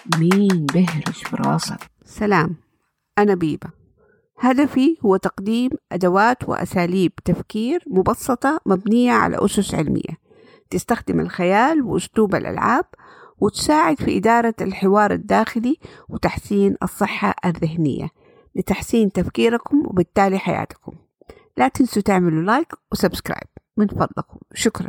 مين بهرج في راسك؟ سلام، أنا بيبة. هدفي هو تقديم أدوات وأساليب تفكير مبسطة مبنية على أسس علمية تستخدم الخيال وأسلوب الألعاب وتساعد في إدارة الحوار الداخلي وتحسين الصحة الذهنية لتحسين تفكيركم وبالتالي حياتكم. لا تنسوا تعملوا لايك وسبسكرايب من فضلكم، شكرا.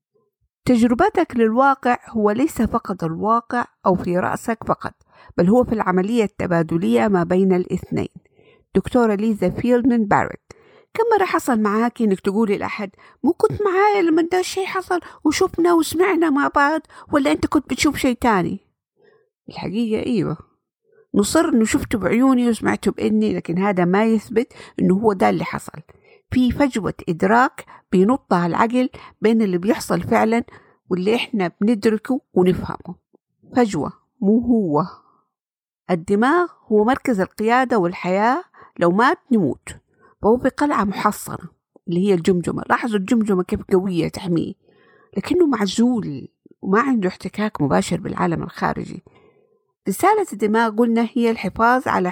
تجربتك للواقع هو ليس فقط الواقع أو في رأسك فقط، بل هو في العملية التبادلية ما بين الاثنين. دكتورة ليزا فيلدمان باريت، كم مرة حصل معاك إنك تقولي لأحد مو كنت معايا لما ده الشيء حصل وشفنا وسمعنا مع بعض، ولا أنت كنت بتشوف شيء تاني؟ الحقيقة إيوه، نصر إنه شفته بعيوني وسمعته بإني، لكن هذا ما يثبت إنه هو ده اللي حصل. في فجوة إدراك بينطها العقل بين اللي بيحصل فعلا واللي إحنا بندركه ونفهمه. فجوة مو هو. الدماغ هو مركز القيادة والحياة، لو مات نموت. فهو في قلعة محصنة اللي هي الجمجمة. لاحظوا الجمجمة كيف قوية تحميه، لكنه معزول وما عنده احتكاك مباشر بالعالم الخارجي. رسالة الدماغ قلنا هي الحفاظ على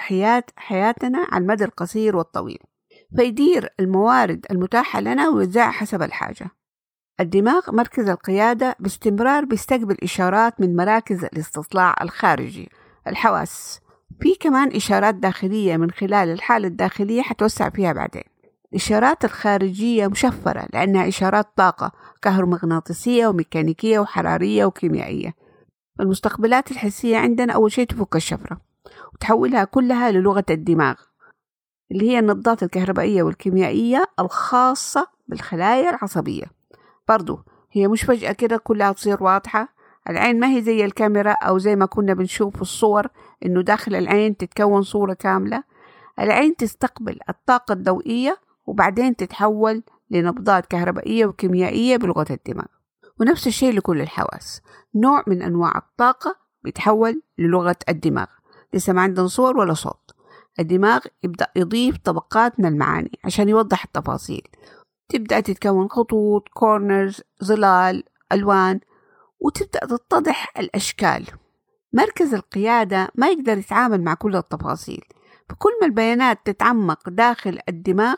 حياتنا على المدى القصير والطويل، فيدير الموارد المتاحة لنا ويوزعها حسب الحاجة. الدماغ مركز القيادة باستمرار بيستقبل إشارات من مراكز الاستطلاع الخارجي، الحواس. في كمان إشارات داخلية من خلال الحالة الداخلية حتوسع فيها بعدين. الإشارات الخارجية مشفرة لأنها إشارات طاقة كهرومغناطيسية وميكانيكية وحرارية وكيميائية. المستقبلات الحسية عندنا أول شيء تفك الشفرة وتحولها كلها للغة الدماغ اللي هي النبضات الكهربائية والكيميائية الخاصة بالخلايا العصبية. برضو هي مش فجأة كده كلها تصير واضحة. العين ما هي زي الكاميرا أو زي ما كنا بنشوف في الصور إنه داخل العين تتكون صورة كاملة. العين تستقبل الطاقة الضوئية وبعدين تتحول لنبضات كهربائية وكيميائية بلغة الدماغ. ونفس الشيء لكل الحواس، نوع من أنواع الطاقة بيتحول للغة الدماغ. لسه ما عندنا صور ولا صوت. الدماغ يبدأ يضيف طبقات من المعاني عشان يوضح التفاصيل. تبدأ تتكون خطوط، كورنرز، ظلال، ألوان، وتبدأ تتضح الأشكال. مركز القيادة ما يقدر يتعامل مع كل التفاصيل، فكل ما البيانات تتعمق داخل الدماغ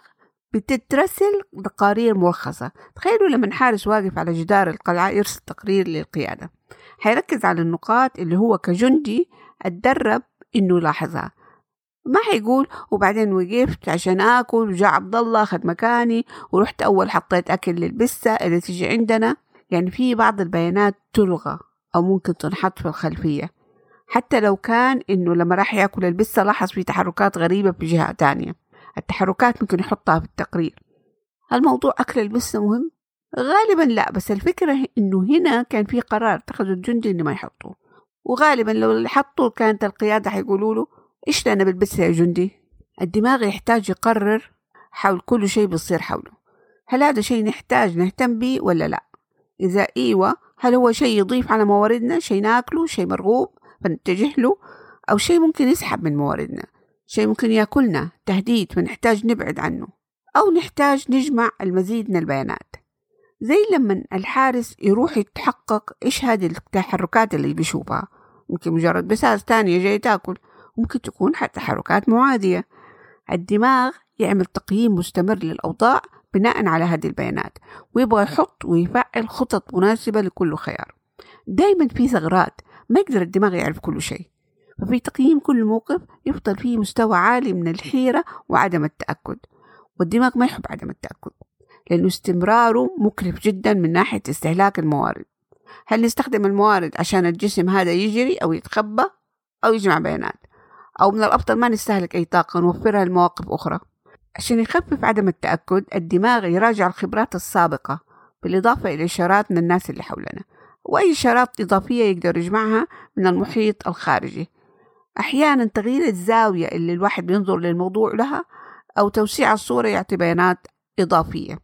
بتترسل تقارير ملخصة. تخيلوا لما حارس واقف على جدار القلعة يرسل تقرير للقيادة، حيركز على النقاط اللي هو كجندي اتدرب إنه يلاحظها. ما حيقول وبعدين وقفت عشان آكل وجاء عبد الله أخذ مكاني ورحت أول حطيت أكل للبسة اللي تيجي عندنا. يعني في بعض البيانات تلغى أو ممكن تنحط في الخلفية، حتى لو كان إنه لما راح يأكل البسة لاحظ في تحركات غريبة في جهة تانية. التحركات ممكن يحطها في التقرير. الموضوع أكل البسة مهم؟ غالبا لا، بس الفكرة إنه هنا كان في قرار اتخذ الجندي إنه ما يحطوه، وغالبا لو اللي حطوه كانت القيادة حيقولوا له إيش لنا بالبسة يا جندي. الدماغ يحتاج يقرر حول كل شيء بيصير حوله. هل هذا شيء نحتاج نهتم به ولا لا؟ إذا إيوه، هل هو شيء يضيف على مواردنا، شيء ناكله، شيء مرغوب فنتجه له، أو شيء ممكن يسحب من مواردنا، شيء ممكن يأكلنا، تهديد فنحتاج نبعد عنه، أو نحتاج نجمع المزيد من البيانات. زي لما الحارس يروح يتحقق إيش هذه التحركات اللي بيشوفها. ممكن مجرد بساس تانية جاي تاكل، ممكن تكون حتى تحركات معادية. الدماغ يعمل تقييم مستمر للأوضاع بناء على هذه البيانات، ويبغى يحط ويفعل خطط مناسبة لكل خيار. دايما في ثغرات، ما يقدر الدماغ يعرف كل شيء، ففي تقييم كل موقف يفضل فيه مستوى عالي من الحيرة وعدم التأكد. والدماغ ما يحب عدم التأكد لأنه استمراره مكلف جدا من ناحية استهلاك الموارد. هل نستخدم الموارد عشان الجسم هذا يجري أو يتخبى أو يجمع بيانات، أو من الأفضل ما نستهلك أي طاقة نوفرها لمواقف أخرى؟ عشان يخفف عدم التأكد الدماغ يراجع الخبرات السابقة بالإضافة إلى إشارات من الناس اللي حولنا، وأي إشارات إضافية يقدر يجمعها من المحيط الخارجي. أحيانا تغيير الزاوية اللي الواحد بينظر للموضوع لها أو توسيع الصورة يعطي بيانات إضافية،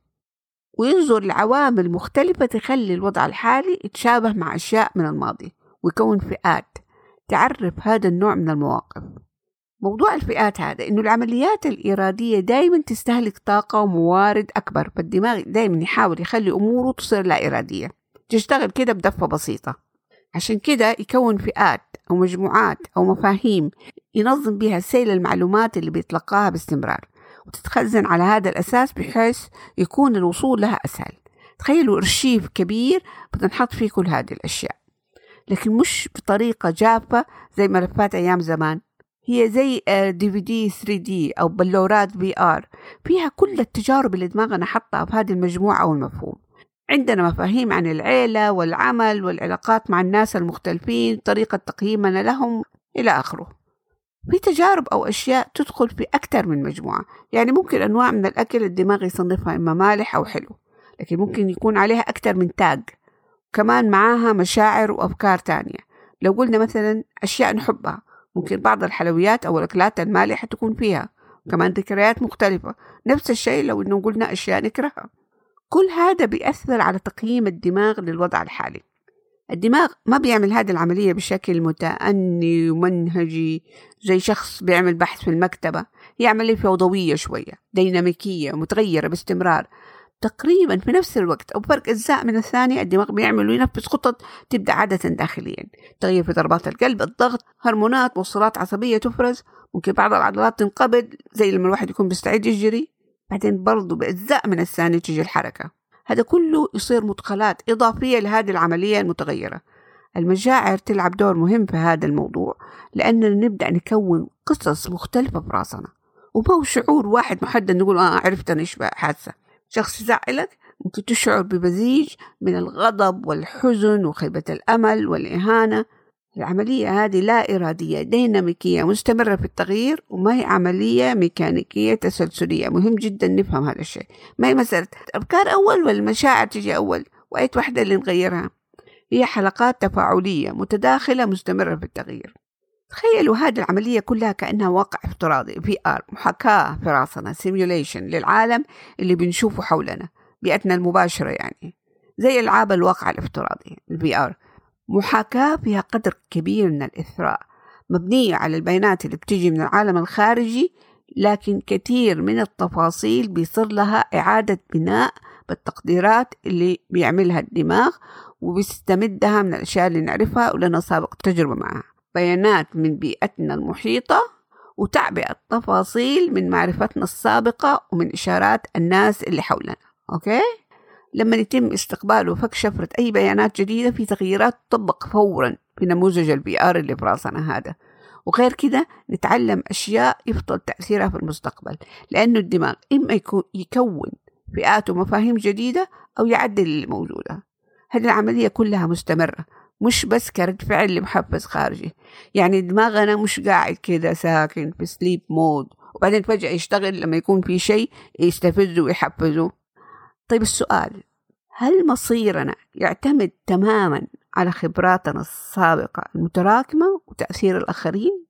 وينظر لعوامل مختلفة تخلي الوضع الحالي يتشابه مع أشياء من الماضي، ويكون فئات تعرف هذا النوع من المواقف. موضوع الفئات هذا إنه العمليات الإرادية دايما تستهلك طاقة وموارد أكبر، فالدماغ دايما يحاول يخلي أموره تصير لا إرادية، تشتغل كده بدفة بسيطة. عشان كده يكون فئات أو مجموعات أو مفاهيم ينظم بها سيل المعلومات اللي بيتلقاها باستمرار، وتتخزن على هذا الأساس بحيث يكون الوصول لها أسهل. تخيلوا أرشيف كبير بتنحط فيه كل هذه الأشياء، لكن مش بطريقة جافة زي ملفات أيام زمان. هي زي DVD 3D أو بلورات VR فيها كل التجارب اللي دماغنا حطها في هذه المجموعة أو المفهوم. عندنا مفاهيم عن العيلة والعمل والعلاقات مع الناس المختلفين، طريقة تقييمنا لهم إلى آخره. في تجارب أو أشياء تدخل في أكثر من مجموعة، يعني ممكن أنواع من الأكل الدماغ يصنفها إما مالح أو حلو، لكن ممكن يكون عليها أكثر من تاج، كمان معاها مشاعر وأفكار تانية. لو قلنا مثلا أشياء نحبها، ممكن بعض الحلويات أو الأكلات المالحة تكون فيها كمان ذكريات مختلفة. نفس الشيء لو إنه قلنا أشياء نكرهها. كل هذا بيأثر على تقييم الدماغ للوضع الحالي. الدماغ ما بيعمل هذه العملية بشكل متأني ومنهجي زي شخص بيعمل بحث في المكتبة. هي عملية فوضوية شوية، ديناميكية متغيرة باستمرار. تقريبا في نفس الوقت أو فرق أجزاء من الثانية الدماغ بيعمل وينفذ خطط تبدأ عادة داخليا، تغير في ضربات القلب، الضغط، هرمونات، موصلات عصبية تفرز. ممكن بعض العضلات تنقبض زي لما الواحد يكون بيستعد يجري، بعدين برضو بأجزاء من الثانية تجي الحركة. هذا كله يصير مدخلات إضافية لهذه العملية المتغيرة. المشاعر تلعب دور مهم في هذا الموضوع، لأننا نبدأ نكون قصص مختلفة في راسنا، وما هو شعور واحد محدد نقول عرفت أنا إيش حاسة. شخص يزعلك ممكن تشعر بمزيج من الغضب والحزن وخيبة الأمل والإهانة. العملية هذه لا إرادية، ديناميكية مستمرة في التغيير، وما هي عملية ميكانيكية تسلسلية. مهم جدا نفهم هذا الشيء. ما هي مسألة أفكار أول والمشاعر تجي أول وأي واحدة اللي نغيرها. هي حلقات تفاعلية متداخلة مستمرة في التغيير. تخيلوا هذه العملية كلها كأنها واقع افتراضي VR، محاكاة في راسنا، simulation للعالم اللي بنشوفه حولنا، بيئتنا المباشرة، يعني زي ألعاب الواقع الافتراضي VR. محاكاة فيها قدر كبير من الإثراء، مبنية على البيانات اللي بتيجي من العالم الخارجي، لكن كثير من التفاصيل بيصير لها إعادة بناء بالتقديرات اللي بيعملها الدماغ، وبيستمدها من الأشياء اللي نعرفها ولنا سابق تجربة معها. بيانات من بيئتنا المحيطة وتعبئة تفاصيل من معرفتنا السابقة ومن إشارات الناس اللي حولنا. أوكي؟ لما يتم استقبال وفك شفرة أي بيانات جديدة، في تغييرات تطبق فورا في نموذج VR اللي في راسنا هذا. وغير كده نتعلم أشياء يفضل تأثيرها في المستقبل، لأنه الدماغ إما يكون فئات ومفاهيم جديدة أو يعدل اللي موجودة. هذه العملية كلها مستمرة، مش بس كرد فعل لمحفز خارجي. يعني دماغنا مش قاعد كده ساكن في سليب مود وبعدين فجأة يشتغل لما يكون في شيء يستفزه ويحفزه. طيب السؤال، هل مصيرنا يعتمد تماما على خبراتنا السابقة المتراكمة وتأثير الآخرين؟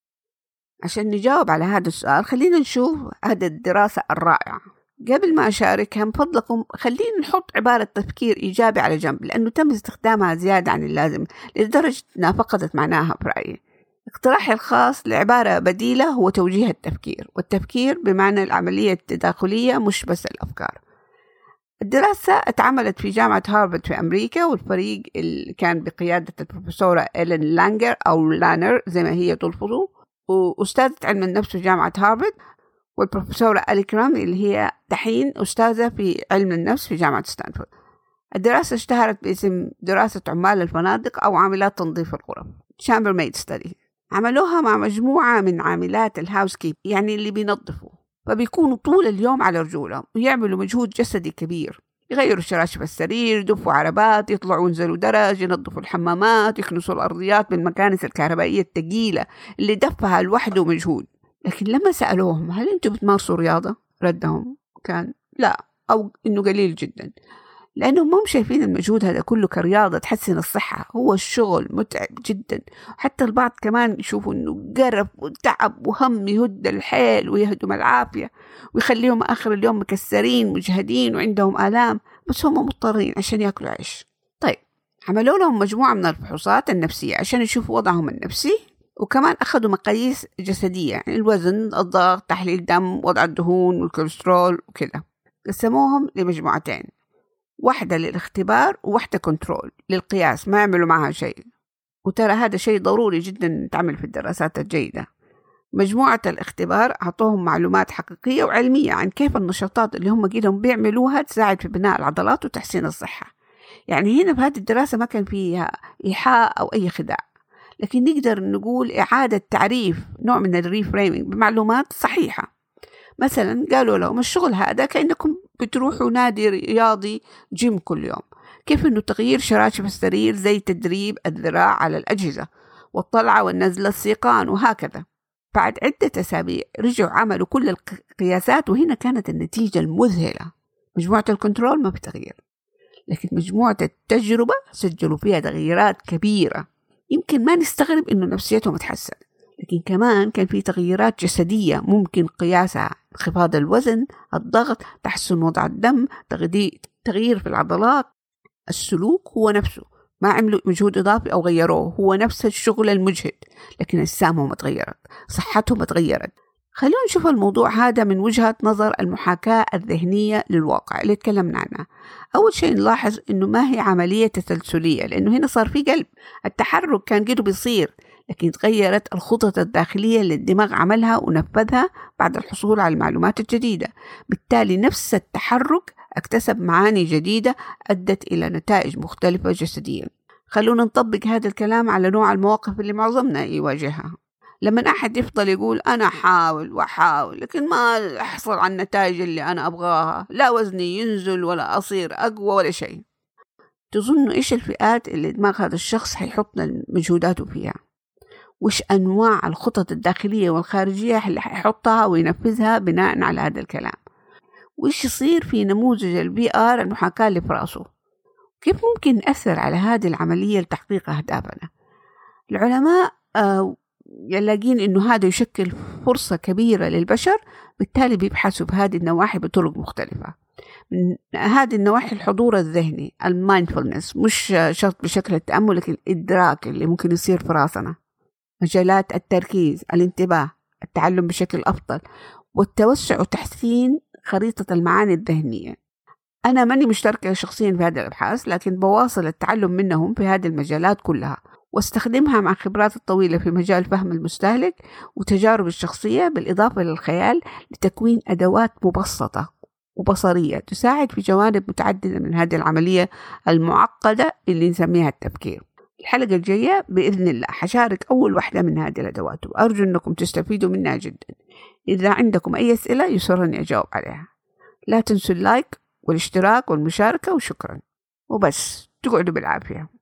عشان نجاوب على هذا السؤال خلينا نشوف هذه الدراسة الرائعة. قبل ما أشاركها من فضلكم خلينا نحط عبارة تفكير إيجابي على جنب، لأنه تم استخدامها زيادة عن اللازم لدرجة أنها فقدت معناها في رأيي. اقتراحي الخاص لعبارة بديلة هو توجيه التفكير، والتفكير بمعنى العملية التداخلية مش بس الأفكار. الدراسة اتعملت في جامعة هارفارد في أمريكا، والفريق اللي كان بقيادة البروفيسورة إيلين لانجر أو لانر زي ما هي تلفظه، وأستاذة علم النفس في جامعة هارفارد، والبروفيسورة أليكرام اللي هي دحين أستاذة في علم النفس في جامعة ستانفورد. الدراسة اشتهرت باسم دراسة عمال الفنادق أو عاملات تنظيف الغرف، chambermaid study. عملوها مع مجموعة من عاملات الهاوس كيب، يعني اللي بينظفوا، فبيكونوا طول اليوم على رجولهم ويعملوا مجهود جسدي كبير، يغيروا شراشف السرير، يدفوا عربات، يطلعوا ينزلوا درج، ينظفوا الحمامات، يكنسوا الأرضيات بالمكانس الكهربائية الثقيلة اللي دفها لوحده مجهود. لكن لما سألوهم هل أنتم بتمارسوا رياضة؟ ردهم كان لا، أو إنه قليل جدا، لأنهم هم شايفين المجهود هذا كله كرياضة تحسن الصحة. هو الشغل متعب جدا، حتى البعض كمان يشوفوا إنه قرف وتعب وهم يهد الحيل ويهدم العافية ويخليهم آخر اليوم مكسرين مجهدين وعندهم آلام، بس هم مضطرين عشان يأكلوا عيش. طيب عملوا لهم مجموعة من الفحوصات النفسية عشان يشوفوا وضعهم النفسي، وكمان أخذوا مقاييس جسدية، يعني الوزن، الضغط، تحليل دم، وضع الدهون والكوليسترول وكذا. قسموهم لمجموعتين، واحدة للاختبار وواحدة كنترول للقياس، ما يعملوا معها شيء. وترى هذا شيء ضروري جدا تعمل في الدراسات الجيدة. مجموعة الاختبار أعطوهم معلومات حقيقية وعلمية عن كيف النشاطات اللي هم قيلهم بيعملوها تساعد في بناء العضلات وتحسين الصحة. يعني هنا بهذه الدراسة ما كان فيها إيحاء أو أي خداع، لكن نقدر نقول إعادة تعريف، نوع من الريفريمينج بمعلومات صحيحة. مثلا قالوا لهم الشغل هذا كأنكم بتروحوا نادي رياضي جيم كل يوم، كيف أنه تغيير شراشف السرير زي تدريب الذراع على الأجهزة والطلعة والنزل السيقان وهكذا. بعد عدة أسابيع رجعوا عملوا كل القياسات، وهنا كانت النتيجة المذهلة. مجموعة الكنترول ما بتغير، لكن مجموعة التجربة سجلوا فيها تغييرات كبيرة. يمكن ما نستغرب إنه نفسيتهم تحسن، لكن كمان كان في تغييرات جسدية ممكن قياسها: انخفاض الوزن، الضغط، تحسن وضع الدم، تغيير في العضلات. السلوك هو نفسه، ما عملوا مجهود إضافي أو غيروه، هو نفس الشغل المجهد، لكن أجسامهم تغيرت، صحتهم تغيرت. خلونا نشوف الموضوع هذا من وجهة نظر المحاكاة الذهنية للواقع اللي تكلمنا عنها. أول شيء نلاحظ إنه ما هي عملية تسلسلية، لأنه هنا صار في قلب، التحرك كان كده بيصير، لكن تغيرت الخطط الداخلية اللي الدماغ عملها ونفذها بعد الحصول على المعلومات الجديدة. بالتالي نفس التحرك اكتسب معاني جديدة أدت إلى نتائج مختلفة جسديا. خلونا نطبق هذا الكلام على نوع المواقف اللي معظمنا يواجهها. لما أحد يفضل يقول أنا أحاول وأحاول لكن ما أحصل على النتائج اللي أنا أبغاها، لا وزني ينزل ولا أصير أقوى ولا شيء، تظن إيش الفئات اللي دماغ هذا الشخص حيحط مجهوداته فيها؟ وإيش أنواع الخطط الداخلية والخارجية اللي حيحطها وينفذها بناء على هذا الكلام؟ وإيش يصير في نموذج الVR المحاكاة اللي في رأسه؟ كيف ممكن نأثر على هذه العملية لتحقيق أهدافنا؟ العلماء يلاقين إنه هذا يشكل فرصة كبيرة للبشر، بالتالي بيبحثوا بهذه النواحي بطرق مختلفة. من هذه النواحي الحضور الذهني، المايندفولنس، مش شرط بشكل التأمل لكن الإدراك اللي ممكن يصير في راسنا، مجالات التركيز، الانتباه، التعلم بشكل أفضل، والتوسع وتحسين خريطة المعاني الذهنية. أنا ماني مشتركة شخصيا في هذه الأبحاث، لكن بواصل التعلم منهم في هذه المجالات كلها، واستخدمها مع خبرات الطويلة في مجال فهم المستهلك وتجارب الشخصية، بالإضافة للخيال، لتكوين أدوات مبسطة وبصرية تساعد في جوانب متعددة من هذه العملية المعقدة اللي نسميها التفكير. الحلقة الجاية بإذن الله حشارك أول واحدة من هذه الأدوات، وأرجو أنكم تستفيدوا منها جدا. إذا عندكم أي أسئلة يسرني أجاوب عليها. لا تنسوا اللايك والاشتراك والمشاركة، وشكرا. وبس، تقعدوا بالعافية.